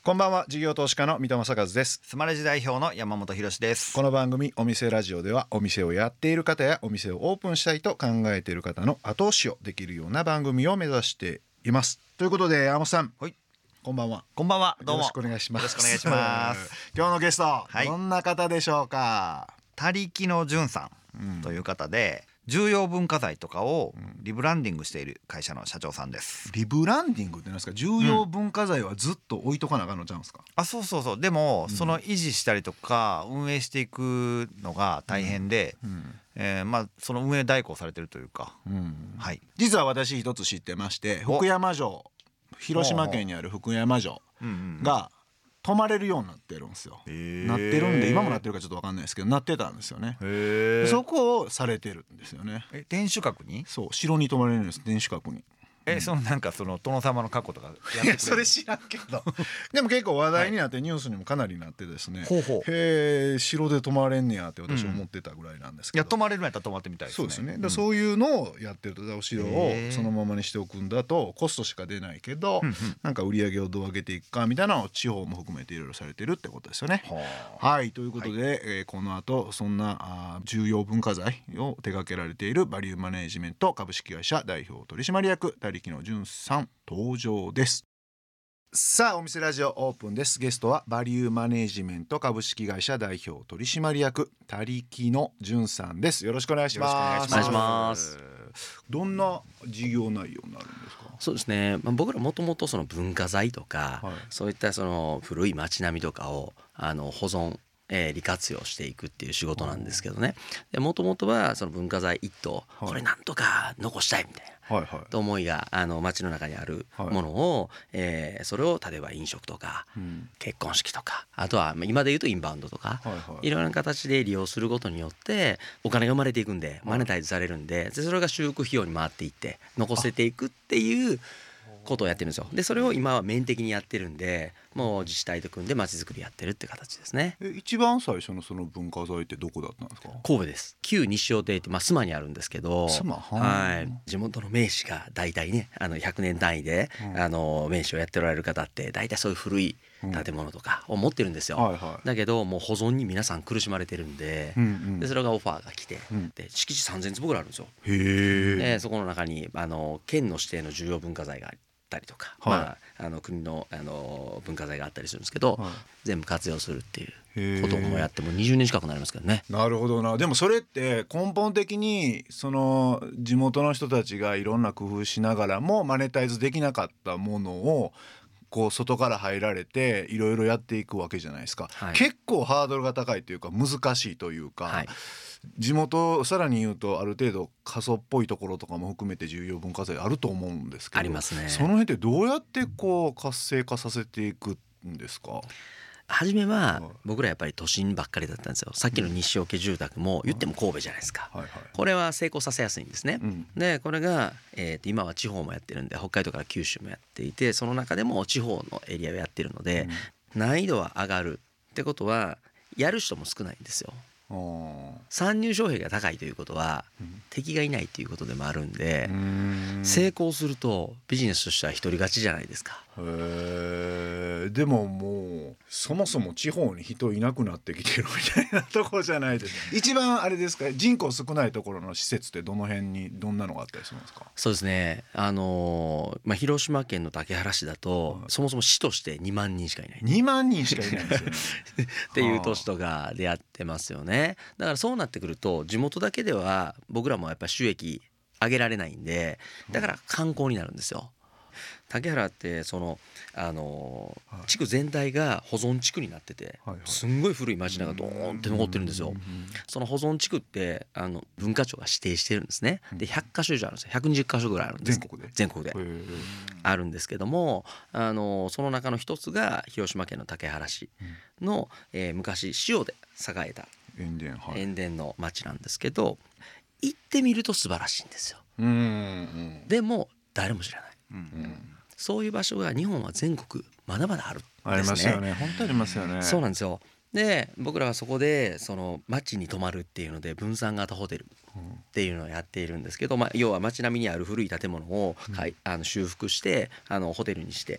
こんばんは、事業投資家の三戸正和です。 スマレジ代表の山本博史です。 この番組お店ラジオでは、お店をやっている方やお店をオープンしたいと考えている方の後押しをできるような番組を目指しています。ということで、山本さん、 はい、 こんばんは。 こんばんは、どうもよろしくお願いします。 よろしくお願いします今日のゲスト、 はい、 どんな方でしょうか。 他力の潤さんという方で、重要文化財とかをリブランディングしている会社の社長さんです。 リブランディングって何ですか。重要文化財はずっと置いとかなあかんのちゃうんですか。 そうそうそう。でも、その維持したりとか運営していくのが大変で、その運営代行されてるというか、はい、 実は私一つ知ってまして、福山城、広島県にある福山城が泊まれるようになってるんですよ。なってるんで、今もなってるかちょっと分かんないですけど、なってたんですよね。そこをされてるんですよね。 天守閣に、 そう、城に泊まれるんです、天守閣に。 そのなんかその殿様の過去とかやってくれる。 それ知らんけどでも結構話題になってニュースにもかなりなってですね、 ほうほう、 へえ、城で泊まれんねやって私思ってたぐらいなんですけど、 いや、泊まれるんやったら泊まってみたいですね。 そうですね。そういうのをやってると、お城をそのままにしておくんだとコストしか出ないけど、なんか売り上げをどう上げていくかみたいなのを地方も含めていろいろされてるってことですよね。はい、ということで、この後そんな重要文化財を手掛けられているバリューマネジメント株式会社代表取締役他力の潤さん登場です。さあ、お店ラジオオープンです。ゲストはバリューマネジメント株式会社代表取締役他力の潤さんです。よろしくお願いします。 よろしくお願いします。 どんな事業内容になるんですか。 そうですね、僕らもともとその文化財とか、 はい、 そういったその古い街並みとかを保存利活用していくっていう仕事なんですけどね。もともとはその文化財一棟、これなんとか残したいみたいな、と思いが街の中にあるものを、それを例えば飲食とか、結婚式とか、あとは今でいうとインバウンドとか、いろいろな形で利用することによってお金が生まれていくんで、マネタイズされるんで、それが修復費用に回っていって残せていくっていうことをやってるんですよ。でそれを今は面的にやってるんで、もう自治体と組んで街づくりやってるって形ですね。 一番最初のその文化財ってどこだったんですか。 神戸です。旧西尾邸って、須磨にあるんですけど、地元の名士が大体ね、100年単位で、名士をやっておられる方って大体そういう古い建物とかを持ってるんですよ。だけどもう保存に皆さん苦しまれてるんで、でそれがオファーが来て、で敷地3000坪ぐらいあるんですよ。でそこの中に県の指定の重要文化財があったりとか、国の、文化財があったりするんですけど、全部活用するっていうこともやってもう20年近くなりますけどね。 なるほどな。でもそれって根本的にその地元の人たちがいろんな工夫しながらもマネタイズできなかったものをこう外から入られていろいろやっていくわけじゃないですか。結構ハードルが高いというか難しいというか、地元さらに言うとある程度過疎っぽいところとかも含めて重要文化財あると思うんですけど、 ありますね。 その辺ってどうやってこう活性化させていくんですか。 初めは僕らやっぱり都心ばっかりだったんですよ。さっきの西尾家住宅も言っても神戸じゃないですか。これは成功させやすいんですね。でこれが、今は地方もやってるんで、北海道から九州もやっていて、その中でも地方のエリアをやってるので、難易度は上がるってことはやる人も少ないんですよ。参入障壁が高いということは、敵がいないということでもあるんで、成功するとビジネスとしては一人勝ちじゃないですか。 でももうそもそも地方に人いなくなってきてるみたいなところじゃないですか。一番あれですか、人口少ないところの施設ってどの辺にどんなのがあったりするんですか。 そうですね、広島県の竹原市だと、そもそも市として2万人しかいない。 2万人しかいないんですよねっていう都市とかでやってますよね。だからそうなってくると地元だけでは僕らもやっぱり収益上げられないんで、だから観光になるんですよ。竹原ってその地区全体が保存地区になってて、すんごい古い町並みがドーンって残ってるんですよ。その保存地区って文化庁が指定してるんですね。で100カ所以上あるんですよ。120カ所ぐらいあるんです全国であるんですけども、その中の一つが広島県の竹原市の、昔塩で栄えた塩田の町なんですけど、行ってみると素晴らしいんですよ。でも誰も知らない、そういう場所が日本は全国まだまだあるんですね。 ありますよね。本当にありますよね。 そうなんですよ。で僕らはそこでその町に泊まるっていうので分散型ホテルっていうのをやっているんですけど、要は町並みにある古い建物を修復してホテルにして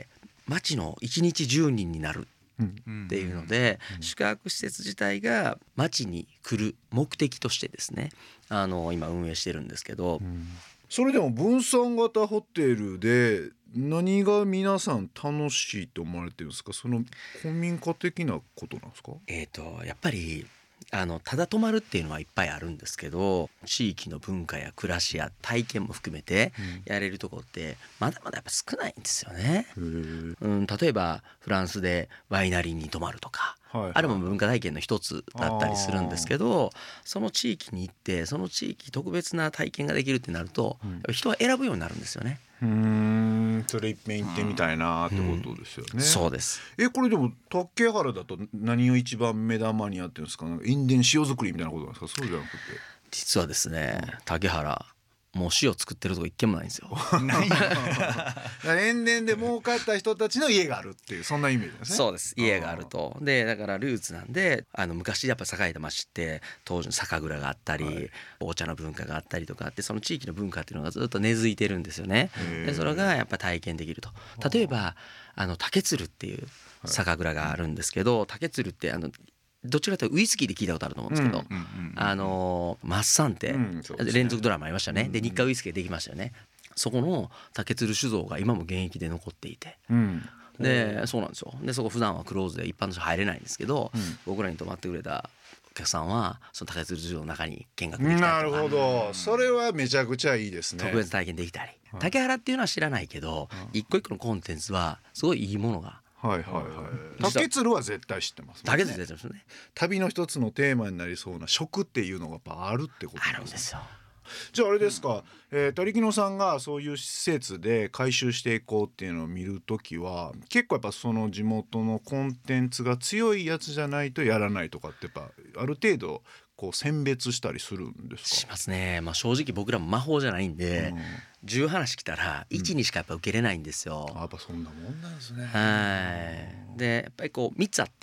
町の1日10人になるっていうので、宿泊施設自体が町に来る目的としてですね今運営してるんですけど、 それでも分散型ホテルで何が皆さん楽しいと思われてるんですか？その古民家的なことなんですか？ やっぱりただ泊まるっていうのはいっぱいあるんですけど、地域の文化や暮らしや体験も含めてやれるとこってまだまだやっぱ少ないんですよね。例えばフランスでワイナリーに泊まるとか、あれも文化体験の一つだったりするんですけど、その地域に行ってその地域特別な体験ができるってなると、やっぱ人は選ぶようになるんですよね。 それ一遍行ってみたいなってことですよね。 そうです。 これでも竹原だと何を一番目玉にやってるんですか？塩田塩作りみたいなことなんですか？そうじゃなくて実はですね、竹原もう塩作ってるとこ一軒もないんですよ。 ない塩田で儲かった人たちの家があるっていうそんなイメージですね。 そうです、家があると。でだからルーツなんで昔やっぱ栄えた町って当時の酒蔵があったり、お茶の文化があったりとかあって、その地域の文化っていうのがずっと根付いてるんですよね。でそれがやっぱ体験できると。例えば竹鶴っていう酒蔵があるんですけど、竹鶴ってどちらかというとウイスキーで聞いたことあると思うんですけど、マッサンって連続ドラマありましたね。で日課ウイスキーできましたよね。そこの竹鶴酒造が今も現役で残っていて、でそうなんですよ。でそこ普段はクローズで一般の人入れないんですけど、僕らに泊まってくれたお客さんはその竹鶴酒造の中に見学できたりとか。 なるほど、それはめちゃくちゃいいですね。 特別体験できたり、竹原っていうのは知らないけど、一個一個のコンテンツはすごいいいものが。 竹鶴は絶対知ってますもんね。 竹鶴ですね。 旅の一つのテーマになりそうな食っていうのがやっぱあるってことあるんですよ。 じゃああれですか、鳥木野さんがそういう施設で改修していこうっていうのを見るときは結構やっぱその地元のコンテンツが強いやつじゃないとやらないとかってやっぱある程度こう選別したりするんですか？ しますね。正直僕らも魔法じゃないんで、10話来たら1にしかやっぱ受けれないんですよ。 やっぱそんなもんなんですね。 でやっぱりこう3つあって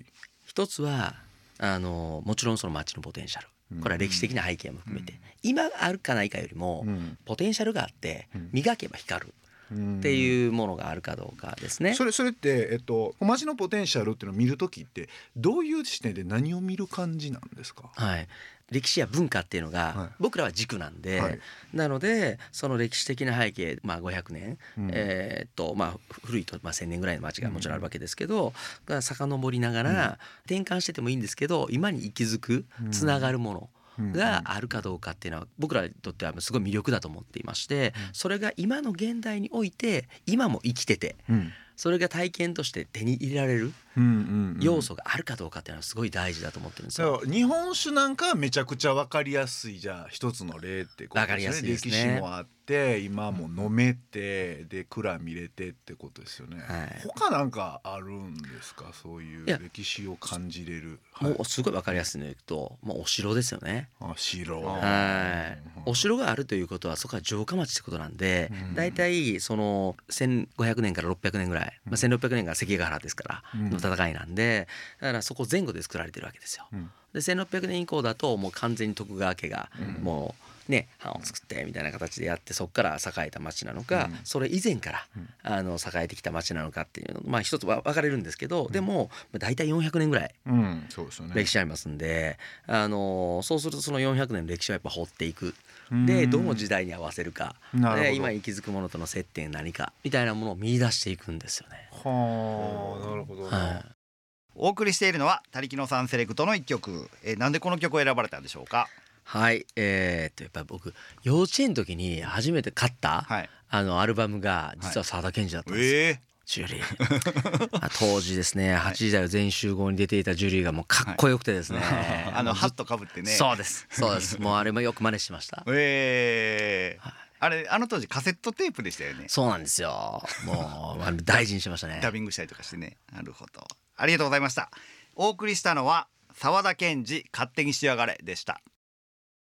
、1つはもちろんその町のポテンシャル、これは歴史的な背景も含めて、今あるかないかよりもポテンシャルがあって磨けば光るっていうものがあるかどうかですね。 それって、町のポテンシャルっていうのを見るときってどういう視点で何を見る感じなんですか？ 歴史や文化っていうのが僕らは軸なんで、なのでその歴史的な背景、500年、古いと1000年ぐらいの町がもちろんあるわけですけど、遡りながら転換しててもいいんですけど、今に息づくつながるものがあるかどうかっていうのは僕らにとってはすごい魅力だと思っていまして、それが今の現代において今も生きてて、それが体験として手に入れられる要素があるかどうかっていうのはすごい大事だと思ってるんですよ。 日本酒なんかはめちゃくちゃ分かりやすいじゃあ一つの例ってことですね。分かりやすいですね。歴史もあって今も飲めてで蔵見れてってことですよね。他なんかあるんですか？そういう歴史を感じれる。 もうすごい分かりやすいのでいくと、お城ですよね。お城があるということはそこは城下町ってことなんで、だいたいその1500年から600年ぐらい、1600年が関ヶ原ですからの戦いなんで、だからそこ前後で作られてるわけですよ。で1600年以降だともう完全に徳川家がもうね藩を作ってみたいな形でやって、そこから栄えた町なのか、それ以前から栄えてきた町なのかっていうの一つは分かれるんですけど、でもだいたい400年ぐらい歴史ありますんで、そうするとその400年の歴史はやっぱ掘っていく。でどの時代に合わせるか、で今息づくものとの接点何かみたいなものを見出していくんですよね。 なるほどな。 お送りしているのは他力野さんセレクトの一曲。なんでこの曲を選ばれたんでしょうか？ やっぱり僕幼稚園の時に初めて買った、アルバムが実は澤田研二だったんですよ。ジュリー当時ですね、8時台を全集合に出ていたジュリーがもうかっこよくてですね、 ハットかぶってね。 そうですもうあれもよく真似しました。 あれあの当時カセットテープでしたよね。 そうなんですよ。もう大事にしましたね。 ダビングしたりとかしてね。なるほど、ありがとうございました。お送りしたのは澤田研二勝手に仕上がれでした。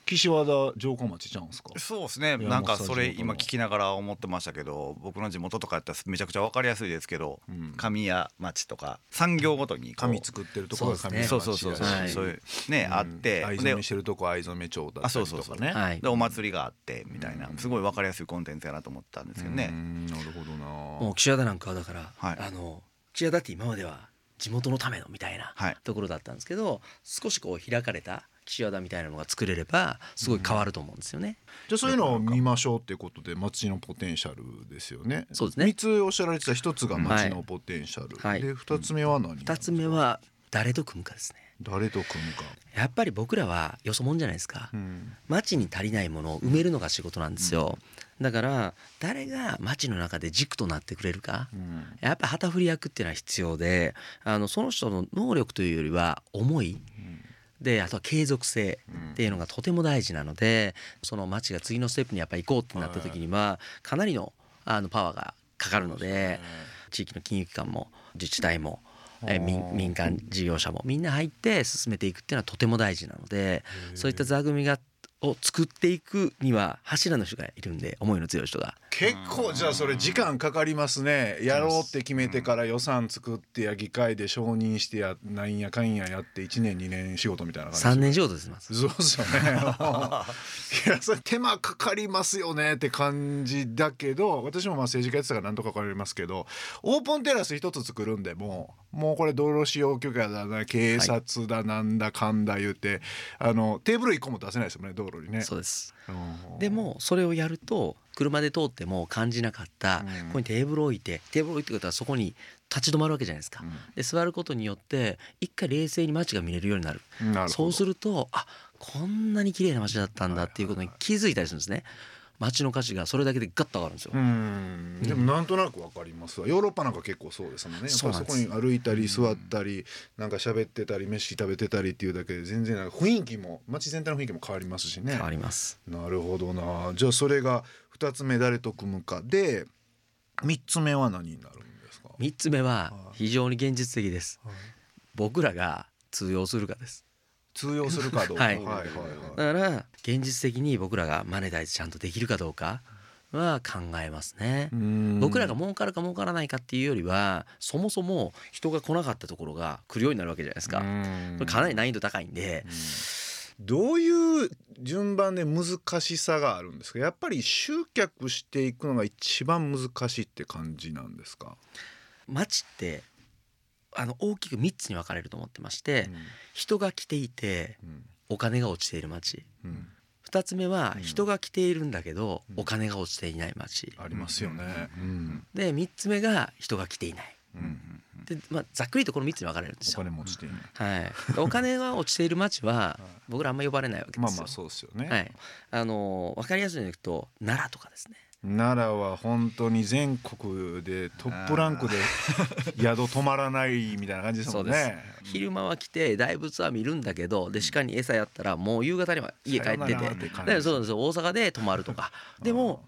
岸和田城下町ちゃうんですか？ そうですね。なんかそれ今聞きながら思ってましたけど、僕の地元とかやったらめちゃくちゃ分かりやすいですけど、神谷町とか産業ごとに紙作ってるところが神谷町、 そういうねあって、 藍染めしてるとこ藍染め町だったりとかね、 でお祭りがあってみたいな、すごい分かりやすいコンテンツやなと思ったんですけどね。 なるほどな。 もう岸和田なんかはだから、岸和田って今までは地元のためのみたいなところだったんですけど、少しこう開かれた岸和田みたいなのが作れればすごい変わると思うんですよね。 じゃあそういうのを見ましょうっていうことで町のポテンシャルですよね。 そうですね。 3つおっしゃられてた1つが町のポテンシャル、で2つ目は何 ？2つ目は誰と組むかですね。 誰と組むか。 やっぱり僕らはよそもんじゃないですか、町に足りないものを埋めるのが仕事なんですよ、だから誰が町の中で軸となってくれるか、やっぱり旗振り役っていうのは必要で、その人の能力というよりは思い、であとは継続性っていうのがとても大事なので、その町が次のステップにやっぱり行こうってなった時にはかなりのパワーがかかるので、地域の金融機関も自治体も民間事業者もみんな入って進めていくっていうのはとても大事なので、そういった座組を作っていくには柱の人がいるんで、思いの強い人が。 結構じゃあそれ時間かかりますね。やろうって決めてから予算作ってや議会で承認してやなんやかんややって1年2年仕事みたいな感じ。 3年仕事ですます。 そうですよねいやそれ手間かかりますよねって感じだけど、私もまあ政治家やってたからなんとかかかりますけど、オープンテラス一つ作るんでもうこれ道路使用許可だな警察だなんだかんだ言うて、テーブル1個も出せないですよね道路にね。 そうです。でもそれをやると車で通っても感じなかった、ここにテーブル置いてことはそこに立ち止まるわけじゃないですか、で座ることによって一回冷静に街が見れるようになる。そうするとこんなに綺麗な街だったんだっていうことに気づいたりするんですね。街の価値がそれだけでガッと上がるんですよ。 でもなんとなくわかりますわ。ヨーロッパなんか結構そうですもんね。やっぱりそこに歩いたり座ったりなんか喋ってたり飯食べてたりっていうだけで全然なんか雰囲気も街全体の雰囲気も変わりますしね。 変わります。 なるほどな。じゃあそれが2つ目誰と組むかで、3つ目は何になるんですか ？3つ目は非常に現実的です、僕らが通用するかです。 通用するかどうか、 だから現実的に僕らがマネタイズちゃんとできるかどうかは考えますね。僕らが儲かるか儲からないかっていうよりは、そもそも人が来なかったところが来るようになるわけじゃないですか。これかなり難易度高いんで、 どういう順番で難しさがあるんですか？やっぱり集客していくのが一番難しいって感じなんですか？ 街って大きく3つに分かれると思ってまして、人が来ていてお金が落ちている街、2つ目は人が来ているんだけどお金が落ちていない街、 ありますよね、 で3つ目が人が来ていない、でざっくりとこの3つに分かれるんですよ。 お金も落ちていない、 お金が落ちている街は僕らあんま呼ばれないわけですよ。 そうですよね、 分かりやすいのでいくと奈良とかですね。 奈良は本当に全国でトップランクで宿止まらないみたいな感じですもんね。 そうです。昼間は来て大仏は見るんだけど、で鹿に餌やったらもう夕方には家帰ってて、そうです。大阪で泊まるとかでも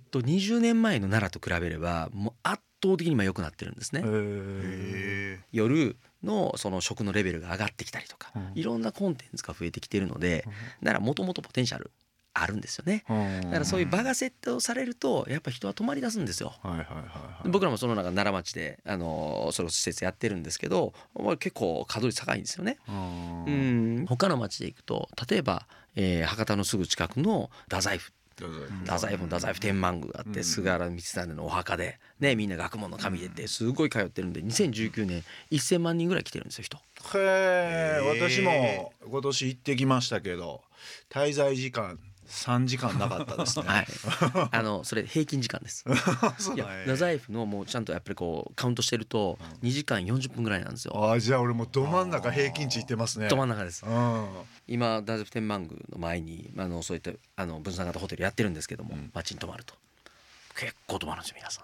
20年前の奈良と比べればもう圧倒的に今良くなってるんですね。夜のその食のレベルが上がってきたりとか、いろんなコンテンツが増えてきてるので、だからもともとポテンシャルあるんですよね。だからそういう場が設定をされるとやっぱ人は泊まり出すんですよ。僕らもその中奈良町でその施設やってるんですけど、結構稼働率高いんですよね。他の町で行くと例えば、博多のすぐ近くの太宰府天満宮があって、菅原道真のお墓でね、みんな学問の神でってすごい通ってるんで、2019年1000万人ぐらい来てるんですよ人。 私も今年行ってきましたけど滞在時間3時間なかったですね。 それ平均時間です。いや太宰府のもうちゃんとやっぱりこうカウントしてると2時間40分ぐらいなんですよ。 じゃあ俺もうど真ん中平均値いってますね。 ど真ん中です。今太宰府天満宮の前にそういった分散型ホテルやってるんですけども、街に泊まると結構泊まるんですよ皆さん。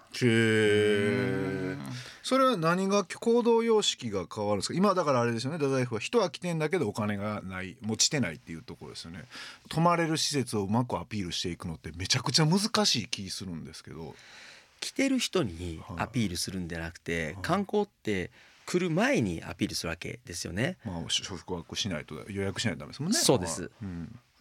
それは何が行動様式が変わるんですか？今だからあれですよね、太宰府は人は来てんだけどお金がない持ちてないっていうところですよね。泊まれる施設をうまくアピールしていくのってめちゃくちゃ難しい気するんですけど、 来てる人にアピールするんじゃなくて、観光って来る前にアピールするわけですよね。 宿泊しないと予約しないとダメですもんね。 そうです、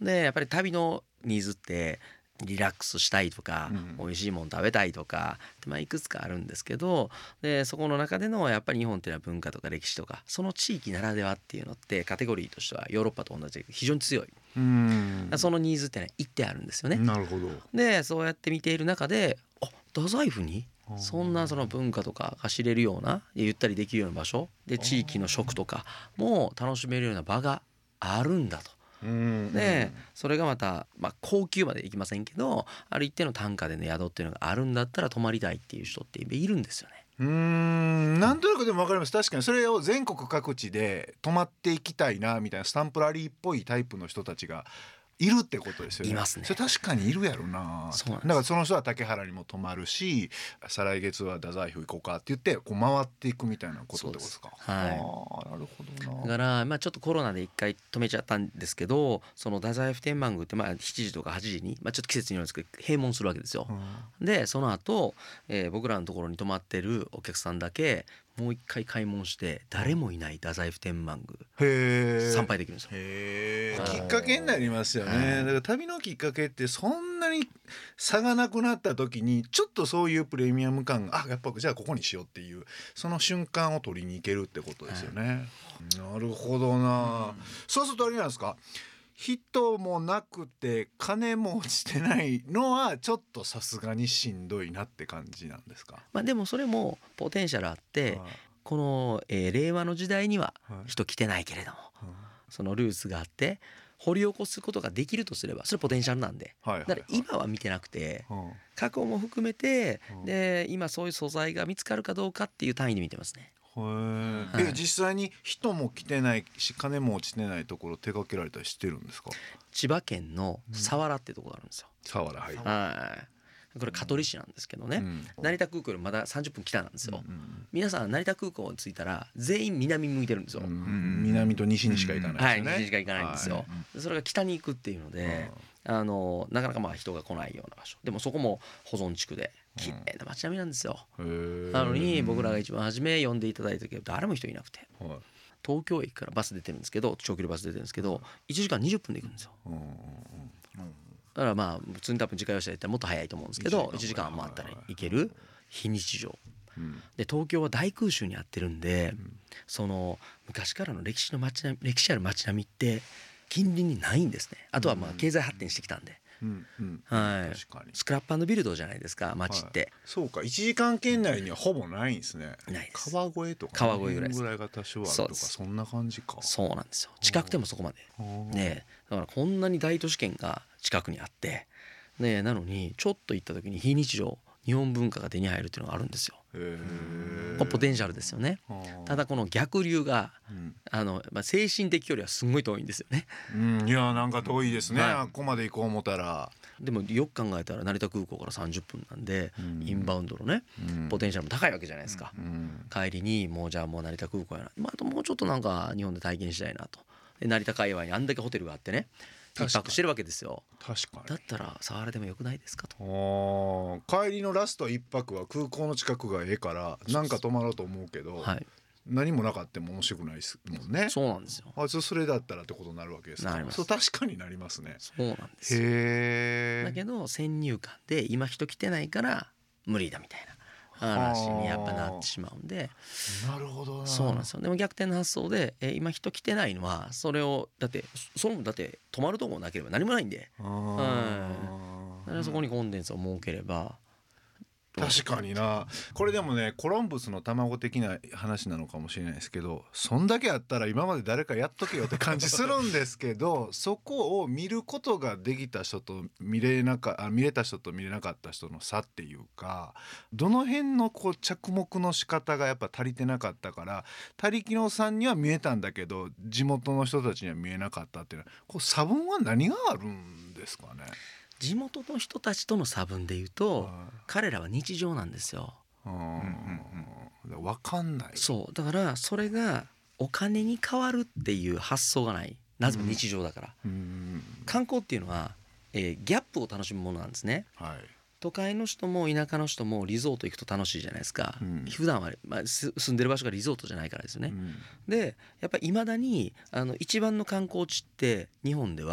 でやっぱり旅のニーズってリラックスしたいとか、美味しいもの食べたいとか、いくつかあるんですけど、でそこの中でのやっぱり日本っていうのは文化とか歴史とかその地域ならではっていうのってカテゴリーとしてはヨーロッパと同じで非常に強い。そのニーズってね一定あるんですよね。 なるほど。 でそうやって見ている中で太宰府にそんなその文化とかが知れるようなゆったりできるような場所で地域の食とかも楽しめるような場があるんだと。でそれがまた、高級までいきませんけどある一定の単価での宿っていうのがあるんだったら泊まりたいっていう人っているんですよね。 なんとなくでも分かります。確かにそれを全国各地で泊まっていきたいなみたいなスタンプラリーっぽいタイプの人たちがいるってことですよね。 いますね。 それ確かにいるやろな。 そうなんです。 だからその人は竹原にも泊まるし、再来月は太宰府行こうかって言ってこう回っていくみたいなことってことですか。 はい。 なるほどな。 だからちょっとコロナで一回止めちゃったんですけど、その太宰府天満宮って7時とか8時にちょっと季節によるんですけど閉門するわけですよ。でその後、僕らのところに泊まってるお客さんだけもう一回開門して誰もいない太宰府天満宮参拝できるんですよ。 きっかけになりますよね。だから旅のきっかけってそんなに差がなくなった時にちょっとそういうプレミアム感がやっぱじゃあここにしようっていうその瞬間を取りに行けるってことですよね。なるほどな。そうするとあれなんですか、人もなくて金も落ちてないのはちょっとさすがにしんどいなって感じなんですか。 でもそれもポテンシャルあって、この、令和の時代には人来てないけれども、そのルーツがあって掘り起こすことができるとすればそれポテンシャルなんで、だから今は見てなくて、過去も含めて、で今そういう素材が見つかるかどうかっていう単位で見てますね。 実際に人も来てないし金も落ちてないところ手掛けられたりしてるんですか。 千葉県の佐原ってところがあるんですよ。 佐原、はい。 これ香取市なんですけどね、成田空港よりまだ30分北なんですよ。皆さん成田空港に着いたら全員南向いてるんですよ。 南と西にしか行かないですよね。 西にしか行かないんですよ。それが北に行くっていうので、なかなか人が来ないような場所でもそこも保存地区で綺麗な街並みなんですよ。なのに僕らが一番初め呼んでいただいた時は誰も人いなくて、東京駅からバス出てるんですけど、長距離バス出てるんですけど1時間20分で行くんですよ。だから普通に多分自家用車で行ったらもっと早いと思うんですけど1時間もあったら行ける非日常で、東京は大空襲にあってるんで、その昔からの歴史ある街並みって近隣にないんですね。あとは経済発展してきたんで、スクラップ&ビルドじゃないですか街って。 そうか、1時間圏内にはほぼないんですね。 ないです。 川越とか川越ぐらいが多少あるとかそんな感じか。 そうなんですよ。近くてもそこまでね。だからこんなに大都市圏が近くにあってね、なのにちょっと行った時に非日常日本文化が手に入るっていうのがあるんですよ。これポテンシャルですよね。ただこの逆流が、精神的距離はすごい遠いんですよね。 いやなんか遠いですね、ここまで行こう思ったら。 でもよく考えたら成田空港から30分なんで、インバウンドのね、ポテンシャルも高いわけじゃないですか。帰りにじゃあもう成田空港やな、あともうちょっとなんか日本で体験したいなと。で成田界隈にあんだけホテルがあってね一泊してるわけですよ。 確かに。 だったら佐原でもよくないですかと。 帰りのラスト一泊は空港の近くがええからなんか泊まろうと思うけど、何もなかったも面白くないですもんね。 そうなんですよ。 それだったらってことになるわけですか。そう確かになりますね。 そうなんですよ。だけど先入観で今人来てないから無理だみたいな話にやっぱなってしまうんで。 なるほどな。 そうなんですよ。でも逆転の発想で、今人来てないのはそれをだって泊まるとこなければ何もないんで、だからそこにコンテンツを設ければ。 確かにな。これでもねコロンブスの卵的な話なのかもしれないですけど、そんだけあったら今まで誰かやっとけよって感じするんですけどそこを見ることができた人と見れた人と見れなかった人の差っていうか、どの辺の着目の仕方がやっぱ足りてなかったから他力のさんには見えたんだけど地元の人たちには見えなかったっていうのは差分は何があるんですかね。 地元の人たちとの差分でいうと彼らは日常なんですよ。 分かんない。 そうだからそれがお金に変わるっていう発想がない。なぜも日常だから、観光っていうのは、ギャップを楽しむものなんですね。都会の人も田舎の人もリゾート行くと楽しいじゃないですか。普段は、住んでる場所がリゾートじゃないからですよね。でやっぱり未だに一番の観光地って日本では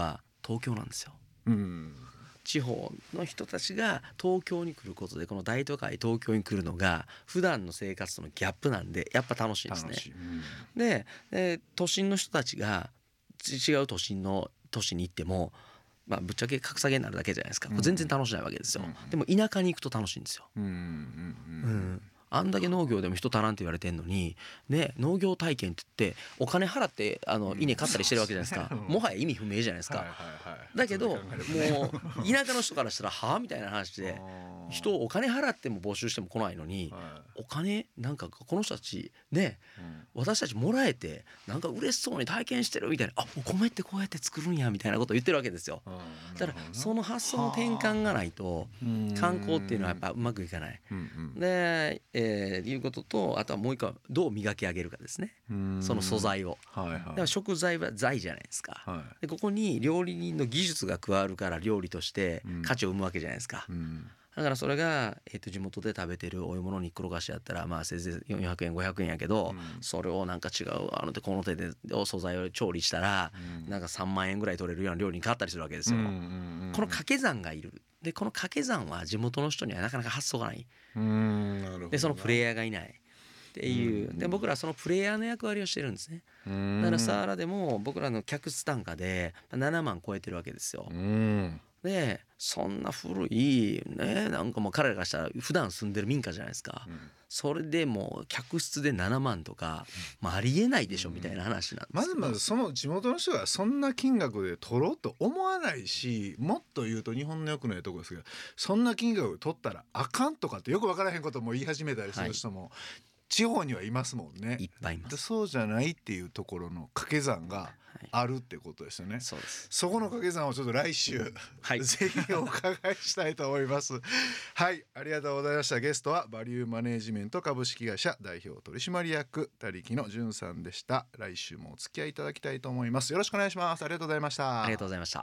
東京なんですよ。 うん地方の人たちが東京に来ることで、この大都会東京に来るのが普段の生活とのギャップなんでやっぱ楽しいんですね。で都心の人たちが違う都市に行っても、ぶっちゃけ格下げになるだけじゃないですか。全然楽しないわけですよ。でも田舎に行くと楽しいんですよ。あんだけ農業でも人足らんって言われてんのにね、農業体験って言ってお金払って稲買ったりしてるわけじゃないですか。もはや意味不明じゃないですか。だけどもう田舎の人からしたらはあみたいな話で、人をお金払っても募集しても来ないのに、お金なんかこの人たちね、私たちもらえてなんか嬉しそうに体験してるみたいな、お米ってこうやって作るんやみたいなことを言ってるわけですよ。だからその発想の転換がないと観光っていうのはやっぱうまくいかない。でいうことと、あとはもう一個どう磨き上げるかですね。その素材を、だから食材は財じゃないですか。でここに料理人の技術が加わるから料理として価値を生むわけじゃないですか。だからそれが、地元で食べてるお芋の煮っころがしやったらせいぜい400円500円やけど、それをなんか違うこの手で素材を調理したら、なんか3万円ぐらい取れるような料理に変わったりするわけですよ。この掛け算がいる。でこの掛け算は地元の人にはなかなか発想がない。でそのプレイヤーがいないっていう。で僕らはそのプレイヤーの役割をしてるんですね。だからサーラでも僕らの客室単価で7万超えてるわけですよ。でそんな古いね、なんかもう彼らがしたら普段住んでる民家じゃないですか。それでもう客室で7万とか、ありえないでしょみたいな話なんです。 まずその地元の人がそんな金額で取ろうと思わないし、もっと言うと日本の良くないところですけど、そんな金額取ったらあかんとかってよく分からへんことも言い始めたりする人も、地方にはいますもんね。 いっぱいいます。 そうじゃないっていうところの掛け算があるってことですよね。 そうです。 そこの掛け算をちょっと来週、ぜひお伺いしたいと思います。はい、ありがとうございました。ゲストはバリューマネージメント株式会社代表取締役他力の淳さんでした。来週もお付き合いいただきたいと思います。よろしくお願いします。ありがとうございました。 ありがとうございました。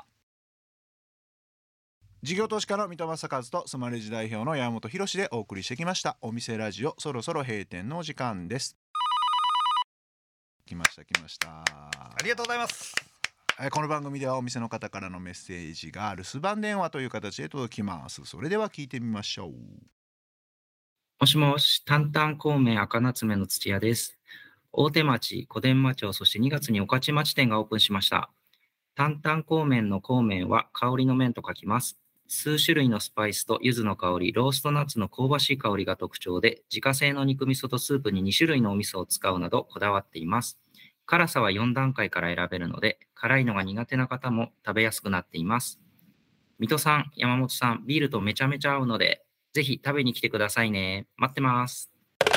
事業投資家の三戸正和とスマレジ代表の山本博でお送りしてきましたお店ラジオ、そろそろ閉店のお時間です。来ましたありがとうございます。 この番組ではお店の方からのメッセージが留守番電話という形で届きます。それでは聞いてみましょう。 もしもし、担々孔明赤夏目の土屋です。大手町、小伝馬町、そして2月に御徒町店がオープンしました。担々孔明の孔明は香りの麺と書きます。数種類のスパイスと柚子の香り、ローストナッツの香ばしい香りが特徴で、自家製の肉味噌とスープに2種類のお味噌を使うなどこだわっています。辛さは4段階から選べるので、辛いのが苦手な方も食べやすくなっています。水戸さん、山本さん、ビールとめちゃめちゃ合うので、ぜひ食べに来てくださいね。待ってます。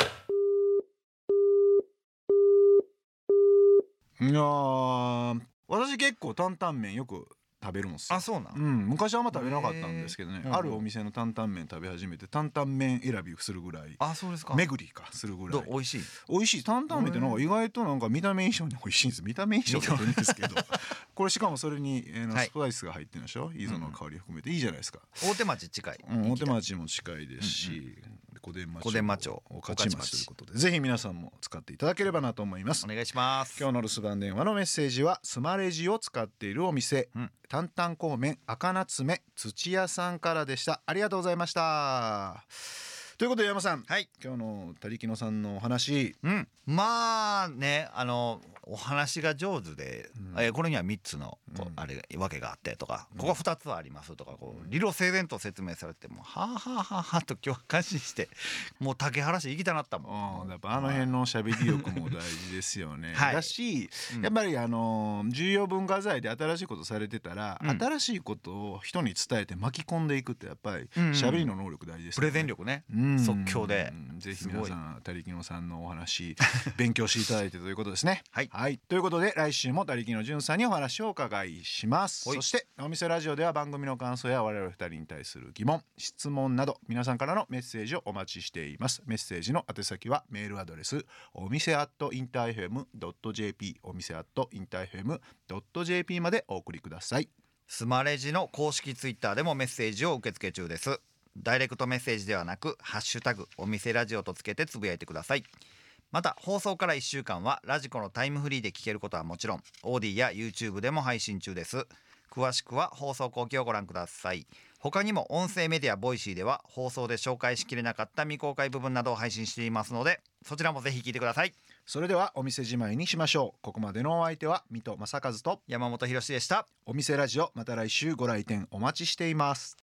いやー、私結構担々麺よく食べるんですよ。 あ、そうなん。 昔はあんま食べなかったんですけどね、あるお店の担々麺食べ始めて担々麺選びするぐらい、 そうですか。 巡りするぐらい美味しい。 美味しい。担々麺ってなんか意外となんか見た目以上に美味しいんです。見た目以上って変ですけどこれしかもそれにスパイスが入ってるんでしょ。柚子の香り含めていいじゃないですか。 大手町近い。 大手町も近いですし、小伝馬町御徒町ということで、ぜひ皆さんも使っていただければなと思います。 お願いします。 今日の留守番電話のメッセージはスマレジを使っているお店、担々孔明赤夏目土屋さんからでした。ありがとうございました。ということで山さん、今日の他力野さんのお話、 お話が上手で、これには3つのわけがあってとか、ここ2つはありますとか、理路整然と説明されてもはあと今日感心して、もう竹原市行きたなったもん。 やっぱ辺の喋り力も大事ですよね。だし、やっぱり重要文化財で新しいことされてたら、新しいことを人に伝えて巻き込んでいくってやっぱり喋りの能力大事ですよね。 プレゼン力ね、即興で。 ぜひ皆さん他力野さんのお話勉強していただいてということですね。ということで来週も他力野淳さんにお話をお伺いします。そしてお店ラジオでは番組の感想や我々2人に対する疑問質問など皆さんからのメッセージをお待ちしています。メッセージの宛先はメールアドレスお店@interfm.jp お店@interfm.jp までお送りください。 スマレジの公式ツイッターでもメッセージを受付中です。ダイレクトメッセージではなくハッシュタグお店ラジオとつけてつぶやいてください。また放送から1週間はラジコのタイムフリーで聞けることはもちろん、オーディや YouTube でも配信中です。 詳しくは放送後期をご覧ください。他にも音声メディアボイシーでは放送で紹介しきれなかった未公開部分などを配信していますので、そちらもぜひ聞いてください。 それではお店じまいにしましょう。ここまでのお相手は水戸正和と山本博史でした。 お店ラジオ、また来週ご来店お待ちしています。